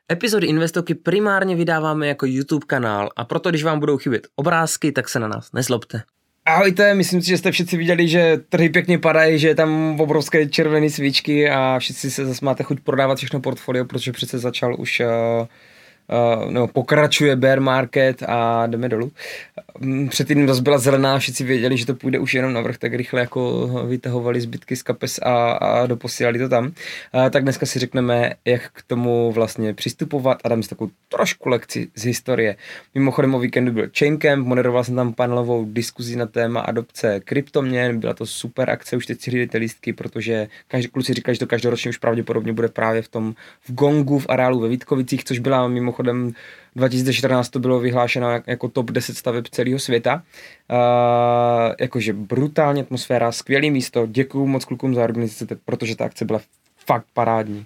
Epizody Investoky primárně vydáváme jako YouTube kanál a proto, když vám budou chybět obrázky, tak se na nás nezlobte. Ahojte, myslím si, že jste všichni viděli, že trhy pěkně padají, že je tam obrovské červené svíčky a všichni se zase máte chuť prodávat všechno portfolio, protože přece začal už pokračuje bear market a jdeme dolů. Před týdnem zase byla zelená, všichni věděli, že to půjde už jenom navrch, tak rychle jako vytahovali zbytky z kapes a doposílali to tam. Tak dneska si řekneme, jak k tomu vlastně přistupovat a dáme si takovou trošku lekci z historie. Mimochodem o víkendu byl Chaincamp, moderoval jsem tam panelovou diskuzi na téma adopce kryptoměn, byla to super akce, už teď si hlídejte lístky, protože kluci říkají, že to každoročně už pravděpodobně bude právě v Gongu, v areálu ve Vítkovicích, což byla mimochodem 2014 to bylo vyhlášeno jako top 10 staveb celého světa. Jakože brutální atmosféra, skvělé místo, děkuju moc klukům za organizaci, protože ta akce byla fakt parádní.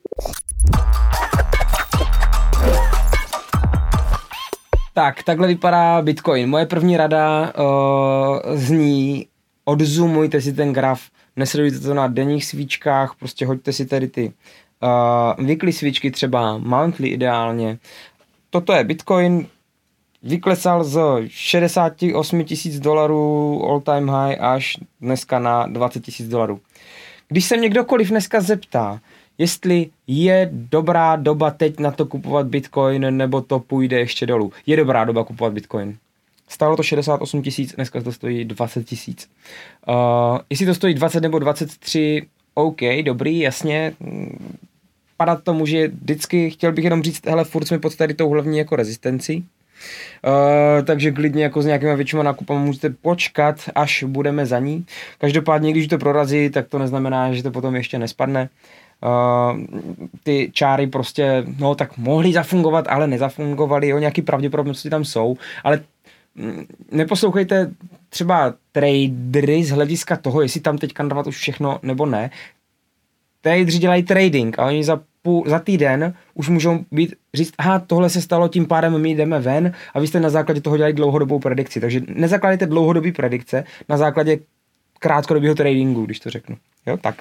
Tak, takhle vypadá Bitcoin. Moje první rada zní, odzoomujte si ten graf, nesledujte to na denních svíčkách, prostě hoďte si tady ty weekly svíčky, třeba monthly ideálně. Toto je Bitcoin, vyklesal z $68,000 all time high až dneska na $20,000. Když se mě kdokoliv dneska zeptá, jestli je dobrá doba teď na to kupovat Bitcoin, nebo to půjde ještě dolů. Je dobrá doba kupovat Bitcoin. Stálo to 68 000, dneska to stojí 20 000. Jestli to stojí 20 nebo 23, OK, dobrý, jasně. Padat to může vždycky, chtěl bych jenom říct, hele, furt jsme pod tady tou hlavní jako rezistenci. Takže klidně jako s nějakýma většíma nákupama můžete počkat, až budeme za ní. Každopádně, když to prorazí, tak to neznamená, že to potom ještě nespadne. Ty čáry prostě, no tak mohly zafungovat, ale nezafungovaly, jo, nějaký pravděpodobnosti tam jsou, ale neposlouchejte třeba tradery z hlediska toho, jestli tam teďka dávat už všechno nebo ne. Tradeři dělají trading a oni za týden už můžou říct, aha, tohle se stalo, tím pádem my jdeme ven a vy jste na základě toho dělají dlouhodobou predikci. Takže nezakládejte dlouhodobý predikce na základě krátkodobého tradingu, když to řeknu. Jo, tak.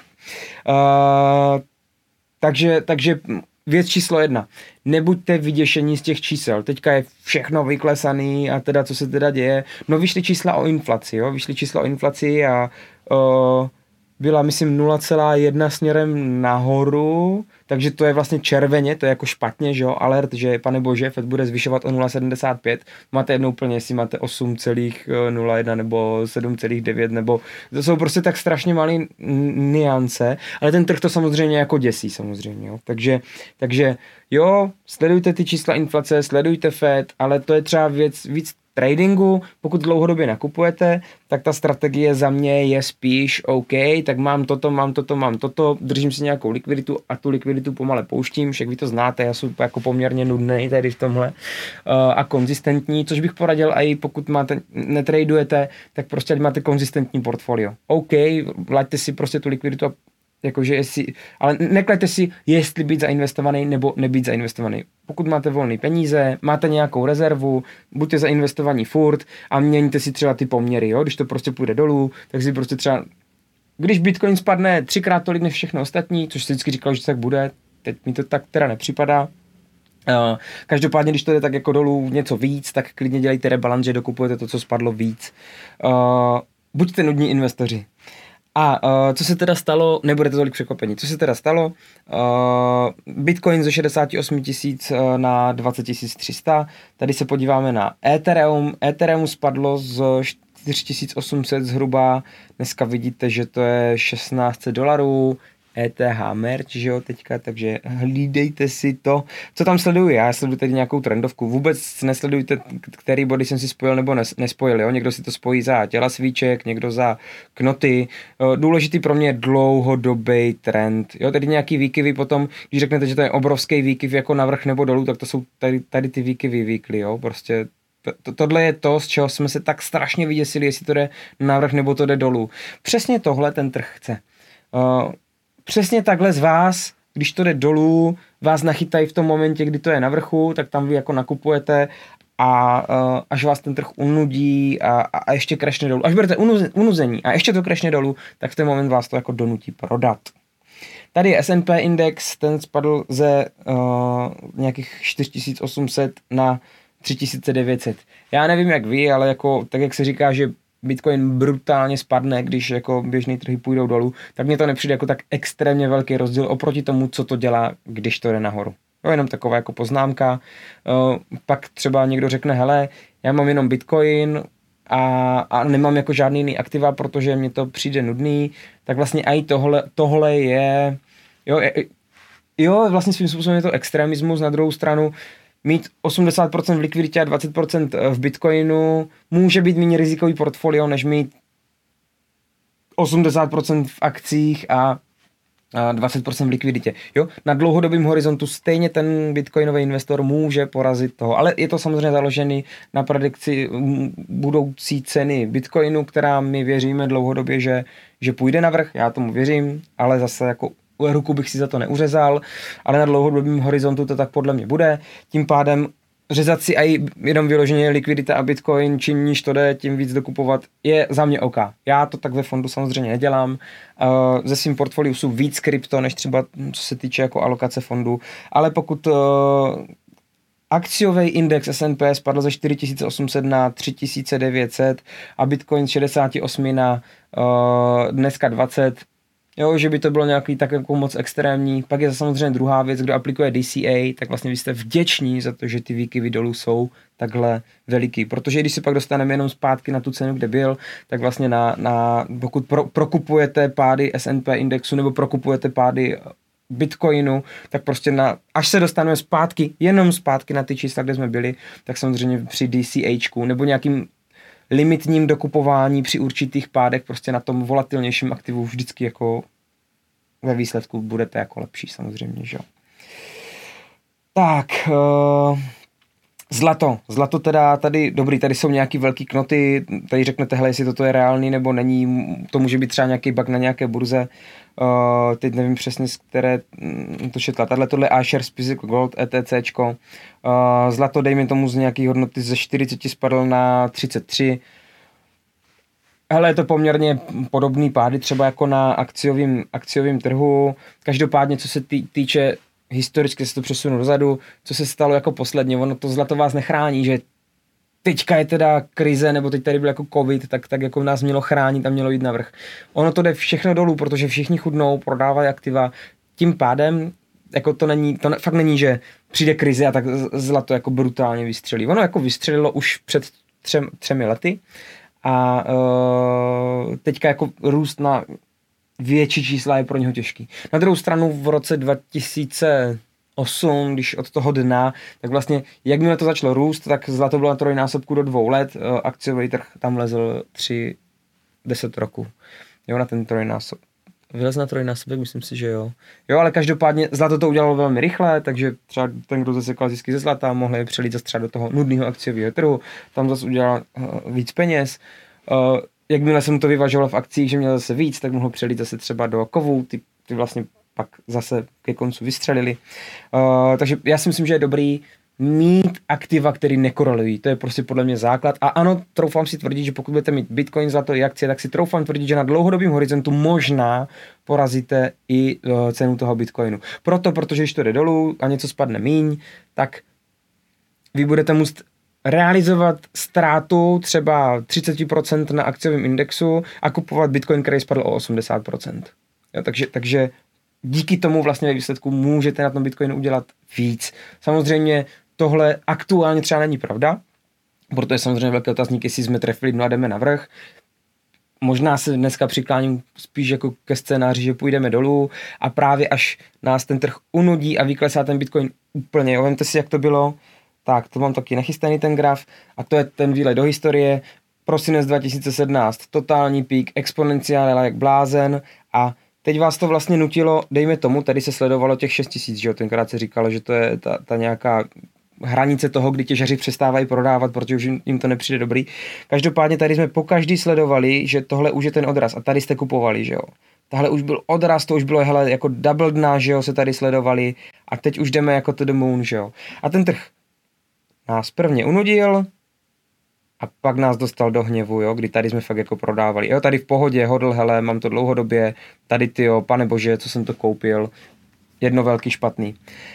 Takže věc číslo 1. Nebuďte vyděšení z těch čísel. Teďka je všechno vyklesaný a teda co se teda děje. No vyšly čísla o inflaci, jo? Vyšly čísla o inflaci a byla, myslím, 0,1 směrem nahoru, takže to je vlastně červeně, to je jako špatně, že jo, alert, že pane bože, Fed bude zvyšovat o 0,75, máte jednou úplně, jestli máte 8,01 nebo 7,9, nebo to jsou prostě tak strašně malé niance, ale ten trh to samozřejmě jako děsí samozřejmě, jo, takže jo, sledujte ty čísla inflace, sledujte Fed, ale to je třeba víc tradingu, pokud dlouhodobě nakupujete, tak ta strategie za mě je spíš OK, tak mám toto, držím si nějakou likviditu a tu likviditu pomale pouštím, však vy to znáte, já jsem jako poměrně nudný tady v tomhle a konzistentní, což bych poradil i pokud netradujete, tak prostě máte konzistentní portfolio. OK, laďte si prostě tu likviditu a jakože ale neklaďte si, jestli být zainvestovaný nebo nebýt zainvestovaný. Pokud máte volné peníze, máte nějakou rezervu, buďte zainvestovaní furt a měňte si třeba ty poměry, jo? Když to prostě půjde dolů, tak si prostě třeba, když Bitcoin spadne 3x tolik než všechno ostatní, což si vždycky říkal, že tak bude, teď mi to tak teda nepřipadá. Každopádně, když to jde tak jako dolů něco víc, tak klidně dělejte rebalance, že dokupujete to, co spadlo víc. Buďte nudní investoři. A co se teda stalo, nebudete tolik překvapení, co se teda stalo, Bitcoin ze 68 000 na 20 300, tady se podíváme na Ethereum spadlo z 4800 zhruba, dneska vidíte, že to je $1600, ETH merch, že jo, teďka, takže hlídejte si to. Co tam sleduju? Já sleduju tady nějakou trendovku. Vůbec nesledujte, který body jsem si spojil nebo nespojil, jo. Někdo si to spojí za těla svíček, někdo za knoty. Důležitý pro mě je dlouhodobý trend. Jo, tady nějaký výkyvy potom, když řeknete, že to je obrovský výkyv jako navrch nebo dolů, tak to jsou tady ty výkyvy výkly, jo, prostě tohle je to, z čeho jsme se tak strašně vyděsili, jestli to jde navrch nebo to jde dolů. Přesně tohle ten trh chce. Přesně takhle z vás, když to jde dolů, vás nachytají v tom momentě, kdy to je na vrchu, tak tam vy jako nakupujete a až vás ten trh unudí a ještě crashne dolů. Až budete unuzení a ještě to crashne dolů, tak v ten moment vás to jako donutí prodat. Tady S&P index, ten spadl ze nějakých 4800 na 3900. Já nevím jak vy, ale jako, tak jak se říká, že Bitcoin brutálně spadne, když jako běžný trhy půjdou dolů, tak mně to nepřijde jako tak extrémně velký rozdíl oproti tomu, co to dělá, když to jde nahoru. Jo, jenom taková jako poznámka. Pak třeba někdo řekne, hele, já mám jenom Bitcoin a nemám jako žádný jiný aktiva, protože mně to přijde nudný, tak vlastně i tohle je, jo, vlastně svým způsobem je to extremismus. Na druhou stranu mít 80% v likviditě a 20% v Bitcoinu může být méně rizikový portfolio, než mít 80% v akcích a 20% v likviditě. Jo? Na dlouhodobém horizontu stejně ten bitcoinový investor může porazit toho, ale je to samozřejmě založený na predikci budoucí ceny bitcoinu, která my věříme dlouhodobě, že půjde navrch, já tomu věřím, ale zase jako ruku bych si za to neuřezal, ale na dlouhodobém horizontu to tak podle mě bude. Tím pádem řezat si i jenom vyloženě likvidita a Bitcoin, čím níž to jde, tím víc dokupovat, je za mě OK. Já to tak ve fondu samozřejmě nedělám. Ze svým portfoliu jsou víc krypto, než třeba co se týče jako alokace fondu, ale pokud akciový index S&P spadl ze 4800 na 3900 a Bitcoin z 68 na dneska 20, jo, že by to bylo nějaký tak jako moc extrémní. Pak je samozřejmě druhá věc, kdo aplikuje DCA, tak vlastně vy jste vděční za to, že ty výkyvy dolů jsou takhle veliký. Protože když si pak dostaneme jenom zpátky na tu cenu, kde byl, tak vlastně pokud prokupujete pády S&P indexu nebo prokupujete pády Bitcoinu, tak prostě až se dostaneme zpátky, jenom zpátky na ty čísla, kde jsme byli, tak samozřejmě při DCAčku nebo nějakým limitním dokupování při určitých pádech prostě na tom volatilnějším aktivu vždycky jako ve výsledku budete jako lepší samozřejmě, že jo. Tak, Zlato teda tady, dobrý, tady jsou nějaký velký knoty, tady řeknete, hele, jestli toto je reálný nebo není, to může být třeba nějaký bug na nějaké burze, teď nevím přesně, z které to četla, tohle je iShares Physical Gold, ETCčko, zlato dejme tomu z nějaký hodnoty ze 40 spadl na 33, hele, je to poměrně podobný pády třeba jako na akciovým trhu, každopádně co se týče historicky se to přesunu dozadu, co se stalo jako posledně, ono to zlato vás nechrání, že teďka je teda krize, nebo teď tady byl jako covid, tak jako nás mělo chránit a mělo jít navrch. Ono to jde všechno dolů, protože všichni chudnou, prodávají aktiva, tím pádem jako to fakt není, že přijde krize a tak zlato jako brutálně vystřelí. Ono jako vystřelilo už před 3 lety a teďka jako růst na větší čísla je pro něho těžký. Na druhou stranu v roce 2008, když od toho dna, tak vlastně jakmile to začalo růst, tak zlato bylo na trojnásobku do 2 let, akciový trh tam lezl 10 roku. Jo, na ten trojnásob. Vylez na trojnásobek, myslím si, že jo. Jo, ale každopádně zlato to udělalo velmi rychle, takže třeba ten, kdo zasekal zisky ze zlata, mohl je přelít zase třeba do toho nudného akciového trhu, tam zase udělal víc peněz. Jakmile jsem to vyvažoval v akcích, že měl zase víc, tak mohl přelít zase třeba do kovů, ty vlastně pak zase ke koncu vystřelili. Takže já si myslím, že je dobrý mít aktiva, které nekorelují. To je prostě podle mě základ. A ano, troufám si tvrdit, že pokud budete mít Bitcoin, zlato i akcie, tak si troufám tvrdit, že na dlouhodobém horizontu možná porazíte i cenu toho Bitcoinu. Protože když to jde dolů a něco spadne míň, tak vy budete muset realizovat ztrátu třeba 30% na akciovém indexu a kupovat Bitcoin, který spadl o 80%. Jo, takže díky tomu vlastně ve výsledku můžete na tom Bitcoinu udělat víc. Samozřejmě tohle aktuálně třeba není pravda, protože samozřejmě velký otazník, jestli jsme trefili dno a jdeme navrch. Možná se dneska přikláním spíš jako ke scénáři, že půjdeme dolů a právě až nás ten trh unudí a vyklesá ten Bitcoin úplně. Jo, vemte si, jak to bylo. Tak, to mám taky nachystaný ten graf a to je ten výlet do historie. Prosinec 2017, totální pík, exponenciále jak blázen a teď vás to vlastně nutilo, dejme tomu, tady se sledovalo těch 6000, že jo, tenkrát se říkalo, že to je ta nějaká hranice toho, kdy těžaři přestávají prodávat, protože už jim to nepřijde dobrý. Každopádně tady jsme pokaždý sledovali, že tohle už je ten odraz a tady jste kupovali, že jo. Tahle už byl odraz, to už bylo hele, jako double dna, že jo, se tady sledovali a teď už jdeme jako to the moon, že jo. A ten trh nás prvně unudil, A pak nás dostal do hněvu, jo, kdy tady jsme fakt jako prodávali. Jo, tady v pohodě, hodl, hele, mám to dlouhodobě, tady tyjo, pane bože, co jsem to koupil, jedno velký špatný.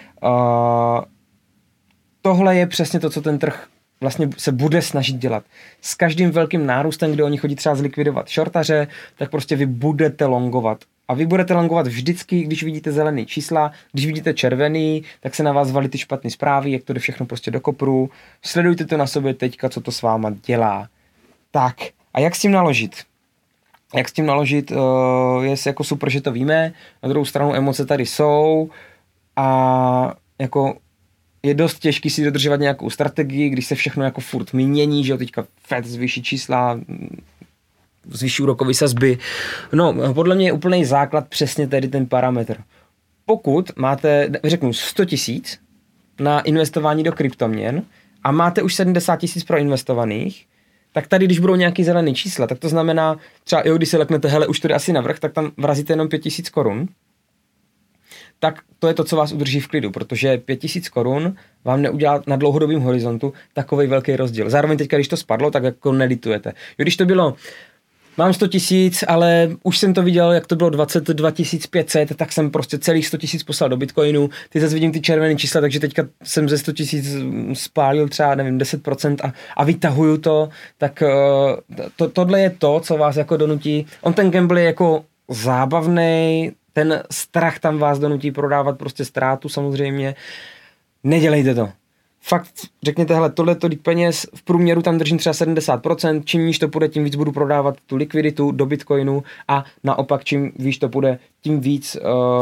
Tohle je přesně to, co ten trh vlastně se bude snažit dělat. S každým velkým nárůstem, kde oni chodí třeba zlikvidovat shortaře, tak prostě vy budete longovat. A vy budete longovat vždycky, když vidíte zelený čísla, když vidíte červený, tak se na vás valí ty špatné zprávy, jak to jde všechno prostě do kopru. Sledujte to na sobě teďka, co to s váma dělá. Tak, a jak s tím naložit? Jak s tím naložit, je jako super, že to víme, na druhou stranu emoce tady jsou a jako je dost těžký si dodržovat nějakou strategii, když se všechno jako furt mění, že jo, teďka Fed zvýší čísla, zvýší úrokové sazby. No, podle mě je úplný základ přesně tady ten parametr. Pokud máte, řeknu, 100 000 na investování do kryptoměn a máte už 70 000 proinvestovaných, tak tady, když budou nějaký zelený čísla, tak to znamená, třeba jo, když se leknete, hele, už to jde asi navrch, tak tam vrazíte jenom 5 000 korun, tak to je to, co vás udrží v klidu, protože 5 000 korun vám neudělá na dlouhodobém horizontu takovej velký rozdíl. Zároveň teďka, když to spadlo, tak jako nelitujete. Jo, když to bylo, mám 100 000, ale už jsem to viděl, jak to bylo 22 500, tak jsem prostě celých 100 000 poslal do Bitcoinu. Ty zase vidím ty červené čísla, takže teďka jsem ze 100 000 spálil třeba, nevím, 10% a vytahuju to, tak tohle je to, co vás jako donutí. On ten gamble je jako zábavný, ten strach tam vás donutí prodávat prostě ztrátu samozřejmě. Nedělejte to. Fakt řekněte, hele, tohle tolik peněz, v průměru tam držím třeba 70%, čím níž to půjde, tím víc budu prodávat tu likviditu do Bitcoinu a naopak, čím víc to půjde, tím víc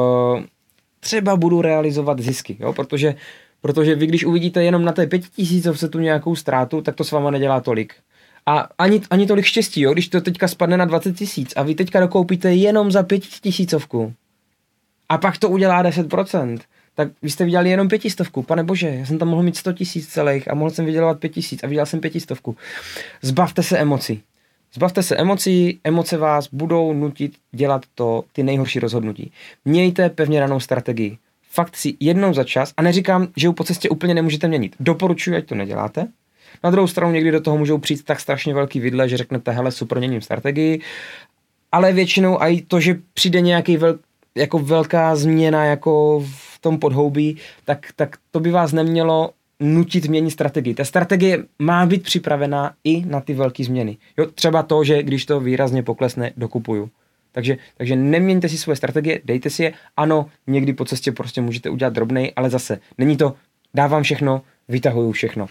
třeba budu realizovat zisky, jo? Protože vy, když uvidíte jenom na té 5 000 tu nějakou ztrátu, tak to s váma nedělá tolik. A ani tolik štěstí, jo? Když to teďka spadne na 20 000 a vy teďka dokoupíte jenom za 5 000 a pak to udělá 10%, tak vy jste vydělali jenom 500, pane bože, já jsem tam mohl mít 100 000 celých a mohl jsem vydělat 5 000 a vydělal jsem 500. Zbavte se emocí. Zbavte se emocí, emoce vás budou nutit dělat ty nejhorší rozhodnutí. Mějte pevně danou strategii. Fakt si jednou za čas, a neříkám, že ji po cestě úplně nemůžete měnit. Doporučuji, ať to neděláte. Na druhou stranu někdy do toho můžou přijít tak strašně velký vidle, že řeknete, hele, super, měním strategii, ale většinou i to, že přijde nějaký jako velká změna jako v tom podhoubí, tak to by vás nemělo nutit měnit strategii. Ta strategie má být připravená i na ty velké změny. Jo, třeba to, že když to výrazně poklesne, dokupuju. Takže neměňte si svoje strategie, dejte si je. Ano, někdy po cestě prostě můžete udělat drobnej, ale zase není to, dávám všechno, vytahuju všechno.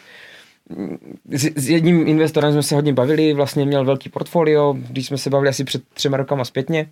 S jedním investorem jsme se hodně bavili, vlastně měl velký portfolio, když jsme se bavili asi před 3 rokama zpětně,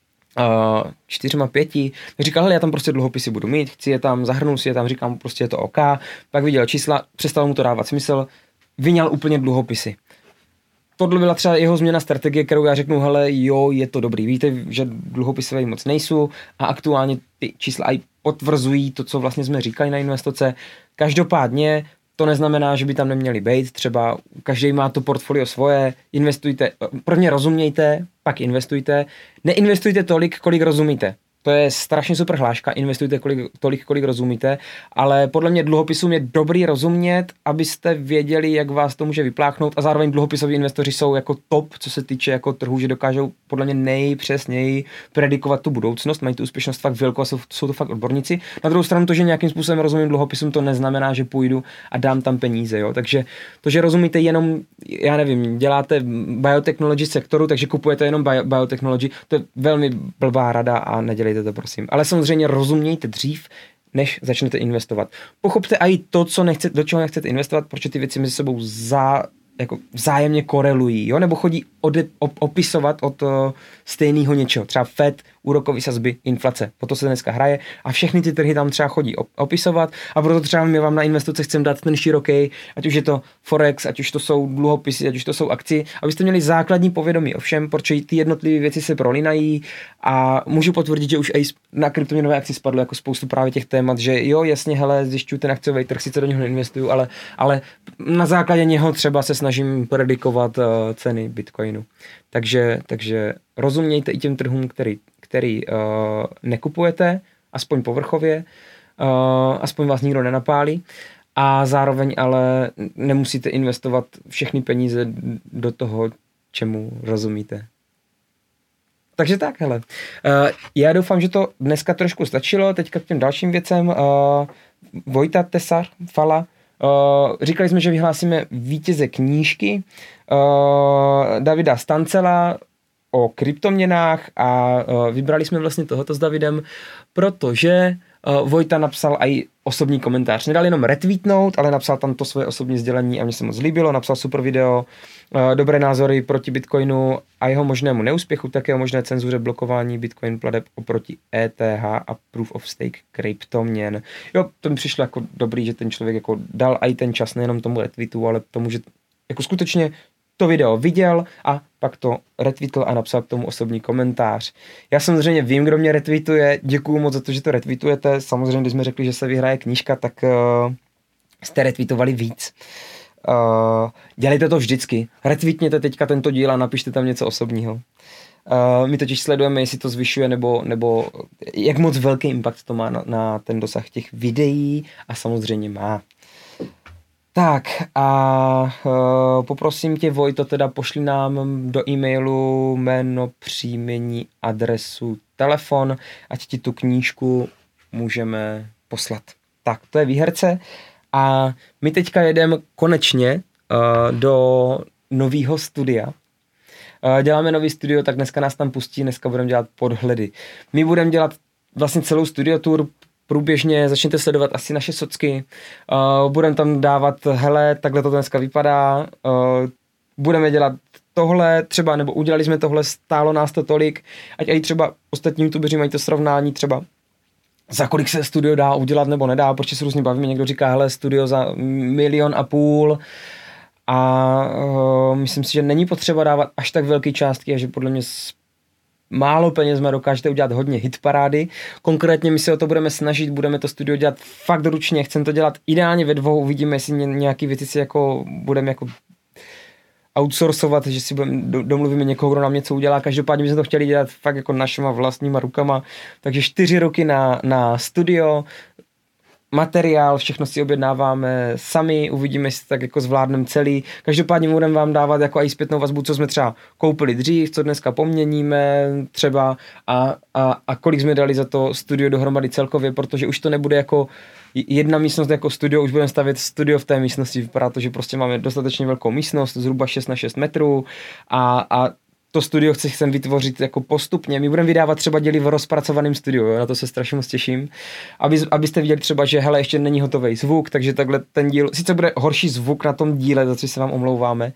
4, 5, tak říkal, hele, já tam prostě dluhopisy budu mít, chci je tam, zahrnu si je tam, říkám, prostě je to OK, pak viděl čísla, přestalo mu to dávat smysl, vyňal úplně dluhopisy. Tohle byla třeba jeho změna strategie, kterou já řeknu, hele, jo, je to dobrý, víte, že dluhopisové moc nejsou a aktuálně ty čísla i potvrzují to, co vlastně jsme říkali na Investoce. Každopádně to neznamená, že by tam neměli být, třeba každý má to portfolio svoje, investujte, prvně rozumějte, pak investujte, neinvestujte tolik, kolik rozumíte. To je strašně super hláška, investujte tolik, kolik rozumíte, ale podle mě dluhopisům je dobrý rozumět, abyste věděli, jak vás to může vypláchnout a zároveň dluhopisoví investoři jsou jako top, co se týče jako trhu, že dokážou podle mě nejpřesněji predikovat tu budoucnost, mají tu úspěšnost fakt velkou a jsou to fakt odborníci. Na druhou stranu to, že nějakým způsobem rozumím dluhopisům, to neznamená, že půjdu a dám tam peníze, jo. Takže to, že rozumíte jenom, já nevím, děláte biotechnology sektoru, takže kupujete jenom biotechnology, to je velmi blbá rada a nedělejte to, prosím. Ale samozřejmě rozumějte dřív, než začnete investovat. Pochopte i to, do čeho nechcete investovat, protože ty věci mezi sebou jako vzájemně korelují, jo? Nebo chodí opisovat od stejného něčeho. Třeba Fed, úrokové sazby, inflace. Po to se dneska hraje a všechny ty trhy tam třeba chodí opisovat a proto třeba my vám na Investoce chceme dát ten široký, ať už je to Forex, ať už to jsou dluhopisy, ať už to jsou akcie, abyste měli základní povědomí o všem, protože ty jednotlivé věci se prolínají a můžu potvrdit, že už i na kryptoměnové akci spadlo jako spoustu právě těch témat, že jo, jasně, hele, zjišťuju ten akciový trh, sice do něho neinvestuju, ale na základě něho třeba se snažím predikovat ceny Bitcoinu. Takže rozumějte i těm trhům, který nekupujete, aspoň povrchově, aspoň vás nikdo nenapálí a zároveň ale nemusíte investovat všechny peníze do toho, čemu rozumíte. Takže tak, hele. Já doufám, že to dneska trošku stačilo. Teďka k těm dalším věcem. Vojta Tesar, Fala. Říkali jsme, že vyhlásíme vítěze knížky Davida Stancela o kryptoměnách a vybrali jsme vlastně tohoto s Davidem, protože Vojta napsal i osobní komentář. Nedal jenom retweetnout, ale napsal tam to svoje osobní sdělení a mně se moc líbilo. Napsal super video, dobré názory proti Bitcoinu a jeho možnému neúspěchu, také o možné cenzuře blokování Bitcoin plateb oproti ETH a Proof of Stake kryptoměn. Jo, to mi přišlo jako dobrý, že ten člověk jako dal i ten čas nejenom tomu retweetu, ale tomu, že jako skutečně to video viděl a pak to retweetl a napsal k tomu osobní komentář. Já samozřejmě vím, kdo mě retweetuje, děkuju moc za to, že to retweetujete. Samozřejmě, když jsme řekli, že se vyhraje knížka, tak jste retweetovali víc. Dělejte to vždycky. Retweetněte teďka tento díl a napište tam něco osobního. My totiž sledujeme, jestli to zvyšuje, nebo jak moc velký impact to má na ten dosah těch videí a samozřejmě má. Tak a poprosím tě, Vojto, teda pošli nám do e-mailu jméno, příjmení, adresu, telefon, ať ti tu knížku můžeme poslat. Tak, to je výherce a my teďka jedeme konečně do nového studia. Děláme nový studio, tak dneska nás tam pustí, dneska budeme dělat podhledy. My budeme dělat vlastně celou studio tour, průběžně, začněte sledovat asi naše socky, budeme tam dávat, hele, takhle to dneska vypadá, budeme dělat tohle třeba, nebo udělali jsme tohle, stálo nás to tolik, ať i třeba ostatní youtubeři mají to srovnání třeba, za kolik se studio dá udělat nebo nedá, protože se různě bavíme, někdo říká, hele, studio za 1,5 milionu a myslím si, že není potřeba dávat až tak velké částky a že podle mě málo penězma dokážete udělat hodně hitparády. Konkrétně my se o to budeme snažit, budeme to studio dělat fakt ručně, chcem to dělat ideálně ve dvou, uvidíme, jestli nějaký věci si jako budeme jako outsourcovat, že si domluvíme někoho, kdo nám něco udělá. Každopádně bychom to chtěli dělat fakt jako našima vlastníma rukama. Takže 4 roky na studio, materiál, všechno si objednáváme sami, uvidíme, jestli tak jako zvládneme celý. Každopádně budeme vám dávat jako i zpětnou vazbu, co jsme třeba koupili dřív, co dneska poměníme třeba a kolik jsme dali za to studio dohromady celkově, protože už to nebude jako jedna místnost jako studio, už budeme stavět studio v té místnosti, vypadá to, že prostě máme dostatečně velkou místnost, zhruba 6x6 metrů a to studio chcem vytvořit jako postupně. My budeme vydávat třeba díly v rozpracovaném studiu, jo? Na to se strašně moc těším. Abyste viděli třeba, že hele, ještě není hotový zvuk, takže takhle ten díl, sice bude horší zvuk na tom díle, za co se vám omlouváme.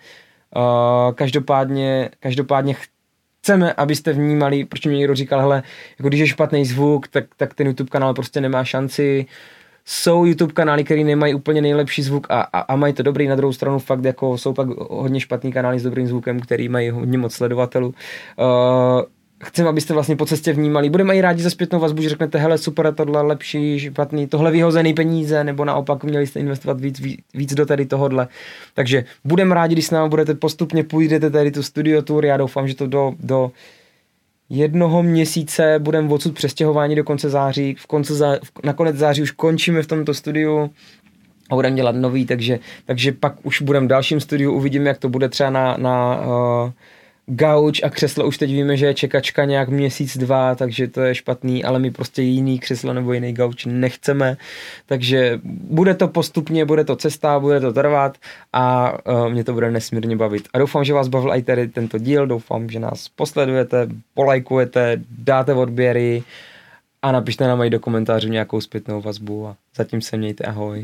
Každopádně chceme, abyste vnímali, proč mě někdo říkal, hele, jako když je špatný zvuk, tak ten YouTube kanál prostě nemá šanci. Jsou YouTube kanály, které nemají úplně nejlepší zvuk a mají to dobrý, na druhou stranu fakt jako jsou pak hodně špatný kanály s dobrým zvukem, který mají hodně moc sledovatelů. Chceme, abyste vlastně po cestě vnímali. Budeme i rádi za zpětnou vazbu, že řeknete, hele, super, tohle lepší, špatný, tohle vyhozený peníze, nebo naopak měli jste investovat víc do tady tohodle. Takže budeme rádi, když s námi budete postupně, půjdete tady tu studio tour, já doufám, že to do 1 měsíce budeme odsud přestěhováni do konce září, na konec září už končíme v tomto studiu a budeme dělat nový, takže pak už budeme v dalším studiu, uvidíme, jak to bude třeba na gauč a křeslo, už teď víme, že je čekačka nějak měsíc, 2, takže to je špatný, ale my prostě jiný křeslo nebo jiný gauč nechceme, takže bude to postupně, bude to cesta, bude to trvat a mě to bude nesmírně bavit. A doufám, že vás bavil i tady tento díl, doufám, že nás posledujete, polajkujete, dáte odběry a napište nám i do komentářů nějakou zpětnou vazbu a zatím se mějte, ahoj.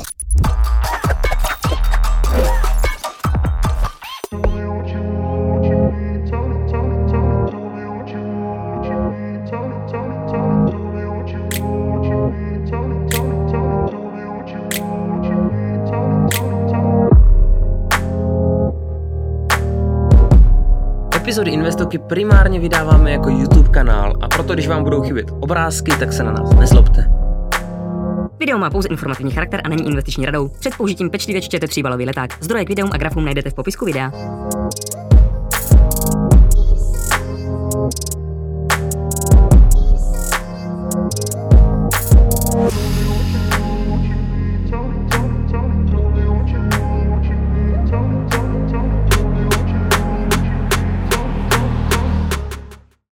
Epizody Investoky primárně vydáváme jako YouTube kanál a proto, když vám budou chybět obrázky, tak se na nás nezlobte. Video má pouze informativní charakter a není investiční radou. Před použitím pečlivě čtěte 3balový leták. Zdroje k videům a grafům najdete v popisku videa.